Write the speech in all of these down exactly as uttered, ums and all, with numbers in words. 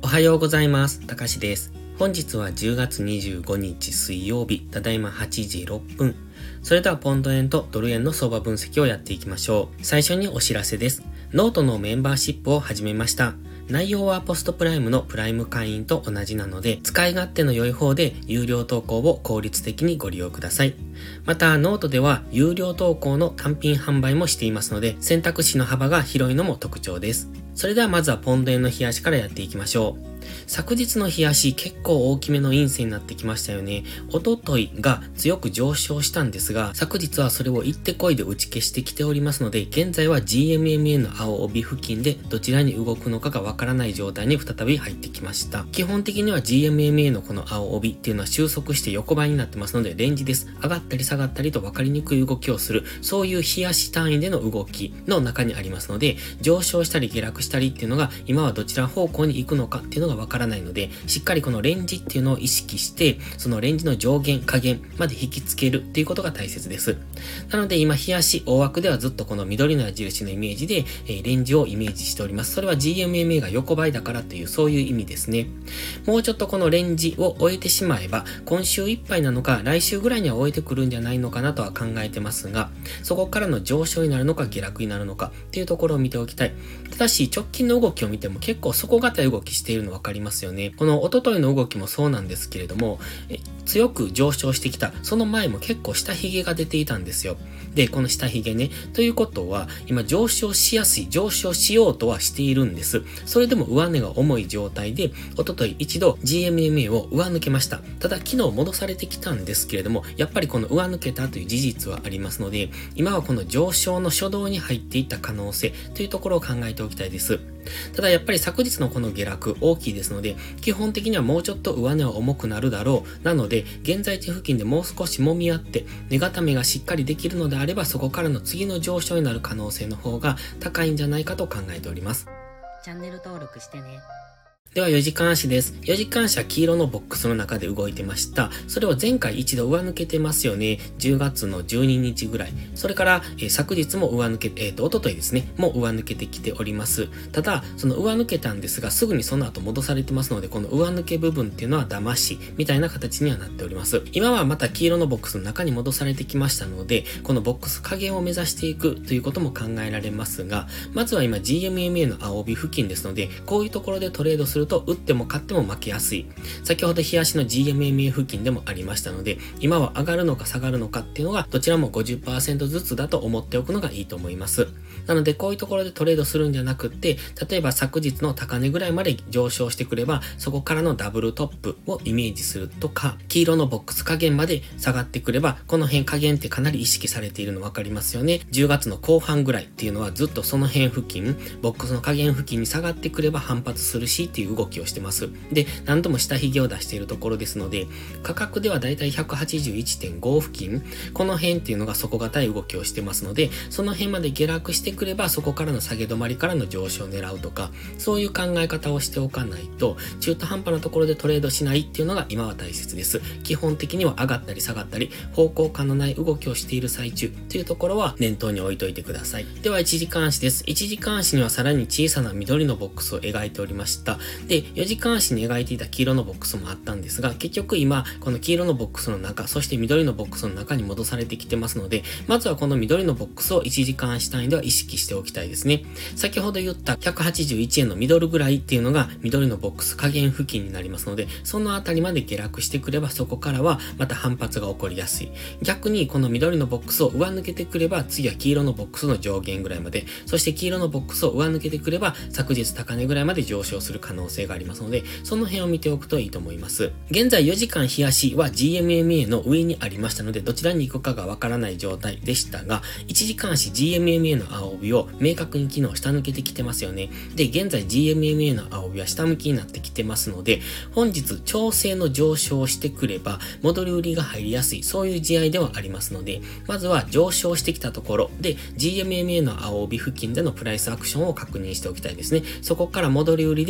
はようございます。たかしです。本日はじゅうがつにじゅうごにち水曜日、ただいまはちじろっぷん。それではポンド円とドル円の相場分析をやっていきましょう。最初にお知らせです。ノートのメンバーシップを始めました。内容はポストプライムのプライム会員と同じなので、使い勝手の良い方で有料投稿を効率的にご利用ください。また、ノートでは有料投稿の単品販売もしていますので、選択肢の幅が広いのも特徴です。それではまずはポンド円の冷やしからやっていきましょう。昨日の冷やし結構大きめの陰線になってきましたよね。おとといが強く上昇したんですが、昨日はそれを行ってこいで打ち消してきておりますので、現在は ジーエムエムエー の青帯付近でどちらに動くのかがわからない状態に再び入ってきました。基本的には ジーエムエムエー のこの青帯っていうのは収束して横ばいになってますので、レンジです。上がったり下がったりと分かりにくい動きをする、そういう冷やし単位での動きの中にありますので、上昇したり下落したりっていうのが今はどちら方向に行くのかっていうのがわからないので、しっかりこのレンジっていうのを意識して、そのレンジの上限下限まで引きつけるっていうことが大切です。なので今冷やし大枠ではずっとこの緑の矢印のイメージで、えー、レンジをイメージしております。それは ジーエムエムエー が横ばいだからというそういう意味ですね。もうちょっとこのレンジを終えてしまえば、今週いっぱいなのか来週ぐらいには終えてくるんじゃないのかなとは考えてますが、そこからの上昇になるのか下落になるのかっていうところを見ておきたい。ただし直近の動きを見ても結構底堅い動きしているの分かりますよね。この一昨日の動きもそうなんですけれども、え強く上昇してきたその前も結構下髭が出ていたんですよ。で、この下髭ね、ということは今上昇しやすい、上昇しようとはしているんです。それでも上値が重い状態で、一昨日一度 ジーエムエムエー を上抜けました。ただ昨日戻されてきたんですけれども、やっぱりこの上抜けたという事実はありますので、今はこの上昇の初動に入っていった可能性というところを考えておきたいです。ただやっぱり昨日のこの下落大きいですので、基本的にはもうちょっと上値は重くなるだろう。なので、現在地付近でもう少し揉み合って、値固めがしっかりできるのであれば、そこからの次の上昇になる可能性の方が高いんじゃないかと考えております。 チャンネル登録してね。 ではよじかん足です。よじかん足は黄色のボックスの中で動いてました。それを前回一度上抜けてますよね。じゅうがつのじゅうににちぐらい。それから、えー、昨日も上抜け、えっと、一昨日ですね。もう上抜けてきております。ただ、その上抜けたんですが、すぐにその後戻されてますので、この上抜け部分っていうのは騙し、みたいな形にはなっております。今はまた黄色のボックスの中に戻されてきましたので、このボックス下限を目指していくということも考えられますが、まずは今 ジーエムエムエー の青帯付近ですので、こういうところでトレードすると、打っても買っても負けやすい。先ほど日足の ジーエムエムエー 付近でもありましたので、今は上がるのか下がるのかっていうのがどちらも ごじゅっパーセント ずつだと思っておくのがいいと思います。なのでこういうところでトレードするんじゃなくって、例えば昨日の高値ぐらいまで上昇してくれば、そこからのダブルトップをイメージするとか、黄色のボックス下限まで下がってくれば、この辺下限ってかなり意識されているの分かりますよね。じゅうがつの後半ぐらいっていうのはずっとその辺付近、ボックスの下限付近に下がってくれば反発するしっていう動きをしてます。で、何度も下髭を出しているところですので、価格ではだいたい ひゃくはちじゅういってんご 付近、この辺っていうのが底堅い動きをしてますので、その辺まで下落してくれば、そこからの下げ止まりからの上昇を狙うとか、そういう考え方をしておかないと、中途半端なところでトレードしないっていうのが今は大切です。基本的には上がったり下がったり、方向感のない動きをしている最中というところは念頭に置いといてください。ではいちじかん足です。いちじかん足にはさらに小さな緑のボックスを描いておりました。で、よじかん足に描いていた黄色のボックスもあったんですが、結局今、この黄色のボックスの中、そして緑のボックスの中に戻されてきてますので、まずはこの緑のボックスをいちじかん足単位では意識しておきたいですね。先ほど言ったひゃくはちじゅういちえんのミドルぐらいっていうのが緑のボックス下限付近になりますので、そのあたりまで下落してくればそこからはまた反発が起こりやすい。逆にこの緑のボックスを上抜けてくれば、次は黄色のボックスの上限ぐらいまで、そして黄色のボックスを上抜けてくれば、昨日高値ぐらいまで上昇する可能性がありますので、その辺を見ておくといいと思います。現在よじかん冷やしは ジーエムエムエー の上にありましたので、どちらに行くかがわからない状態でしたが、いちじかん足 ジーエムエムエー の青帯を明確に昨日下抜けてきてますよね。で、現在 ジーエムエムエー の青帯は下向きになってきてますので、本日調整の上昇をしてくれば、戻り売りが入りやすい、そういう試合ではありますので、まずは上昇してきたところで ジーエムエムエー の青帯付近でのプライスアクションを確認しておきたいですね。そこから戻り売りで緑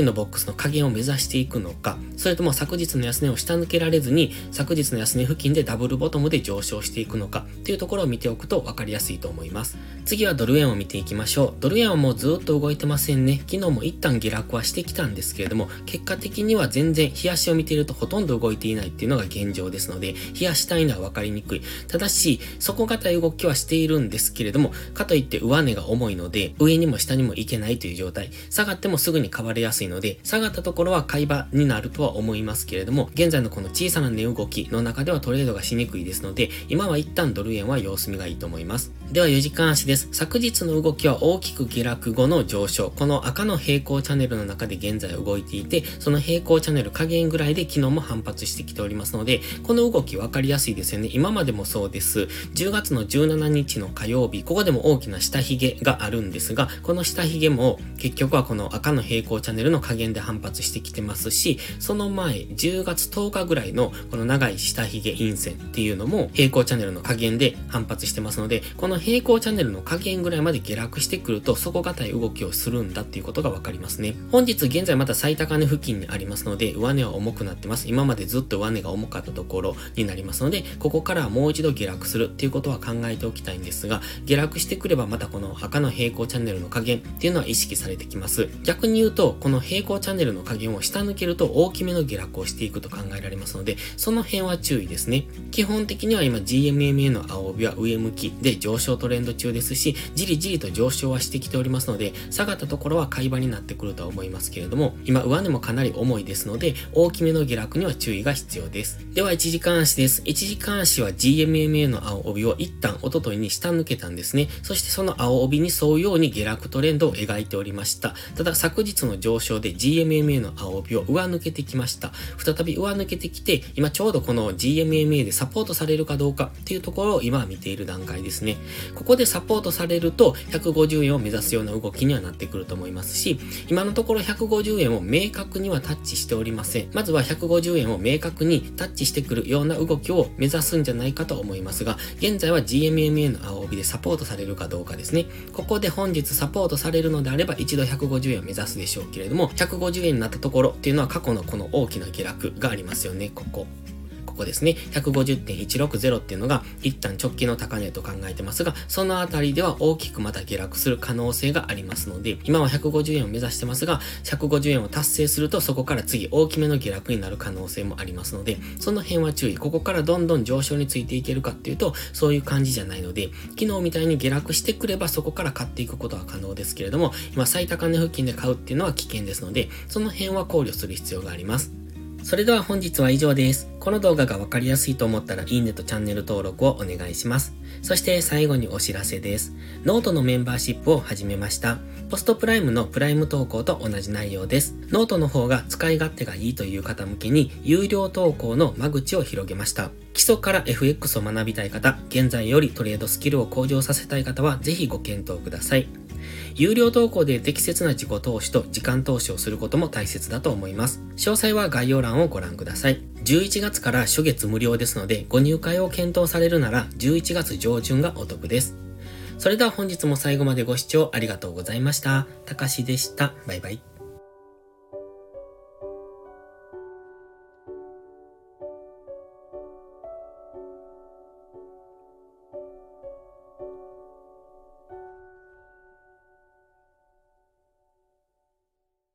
りのボックスの下限を目指していくのか、それとも昨日の安値を下抜けられずに、昨日の安値付近でダブルボトムで上昇していくのかっていうところを見ておくと分かりやすいと思います。次はドル円を見ていきましょう。ドル円はもうずっと動いてませんね。昨日も一旦下落はしてきたんですけれども、結果的には全然日足を見ているとほとんど動いていないっていうのが現状ですので、日足単位では分かりにくい。ただし、底堅い動きはしているんですけれども、かといって上値が重いので、上にも下にも行けないという状態。下がってもすぐに買われやすいので、下がったところは買い場になるとは思いますけれども、現在のこの小さな値動きの中ではトレードがしにくいですので、今は一旦ドル円は様子見がいいと思います。ではよじかん足です。昨日の動きは大きく下落後の上昇。この赤の平行チャンネルの中で現在動いていて、その平行チャンネル下限ぐらいで昨日も反発してきておりますので、この動き分かりやすいですよね。今までもそうです。じゅうがつのじゅうしちにちの火曜日、ここでも大きな下髭があるんですが、この下髭も結局はこの赤の平行チャンネルの下限で反発してきてますし、その前、じゅうがつとおかぐらいのこの長い下髭陰線っていうのも平行チャンネルの下限で反発してますので、この平行チャンネルの下限ぐらいまで下落してくると底堅い動きをするんだっていうことがわかりますね。本日現在また最高値付近にありますので、上値は重くなってます。今までずっと上値が重かったところになりますので、ここからはもう一度下落するっていうことは考えておきたいんですが、下落してくればまたこの赤の平行チャンネルの下限っていうのは意識されてきます。逆に言うと、この平行チャンネルの下限を下抜けると大きめの下落をしていくと考えられますので、その辺は注意ですね。基本的には今 ジーエムエムエー の青帯は上向きで上昇トレンド中ですし、じりじりと上昇はしてきておりますので、下がったところは買い場になってくるとは思いますけれども、今上値もかなり重いですので、大きめの下落には注意が必要です。ではいちじかん足です。いちじかん足は ジーエムエムエー の青帯を一旦一昨日に下抜けたんですね。そしてその青帯に沿うように下落トレンドを描いておりました。ただ昨日の上昇で ジーエムエムエー の青帯を上抜けてきました。再び上抜けてきて、今ちょうどこの ジーエムエムエー でサポートされるかどうかっていうところを今は見ている段階ですね。ここでサポートされるとひゃくごじゅうえんを目指すような動きにはなってくると思いますし、今のところひゃくごじゅうえんを明確にはタッチしておりません。まずはひゃくごじゅうえんを明確にタッチしてくるような動きを目指すんじゃないかと思いますが、現在は ジーエムエムエー の青帯でサポートされるかどうかですね。ここで本日サポートされるのであれば一度ひゃくごじゅうえんを目指すでしょうけれども、ひゃくごじゅうえんになったところっていうのは過去のこの大きな下落がありますよね。ここ。ここですね。ひゃくごじゅってんいちろくゼロ っていうのが一旦直近の高値と考えてますが、そのあたりでは大きくまた下落する可能性がありますので、今はひゃくごじゅうえんを目指してますが、ひゃくごじゅうえんを達成するとそこから次大きめの下落になる可能性もありますので、その辺は注意。ここからどんどん上昇についていけるかっていうと、そういう感じじゃないので、昨日みたいに下落してくればそこから買っていくことは可能ですけれども、今最高値付近で買うっていうのは危険ですので、その辺は考慮する必要があります。それでは本日は以上です。この動画がわかりやすいと思ったらいいねとチャンネル登録をお願いします。そして最後にお知らせです。ノートのメンバーシップを始めました。ポストプライムのプライム投稿と同じ内容です。ノートの方が使い勝手がいいという方向けに有料投稿の間口を広げました。基礎から エフエックス を学びたい方、現在よりトレードスキルを向上させたい方はぜひご検討ください。有料投稿で適切な自己投資と時間投資をすることも大切だと思います。詳細は概要欄をご覧ください。じゅういちがつから初月無料ですので、ご入会を検討されるならじゅういちがつ上旬がお得です。それでは本日も最後までご視聴ありがとうございました。たかしでした。バイバイ。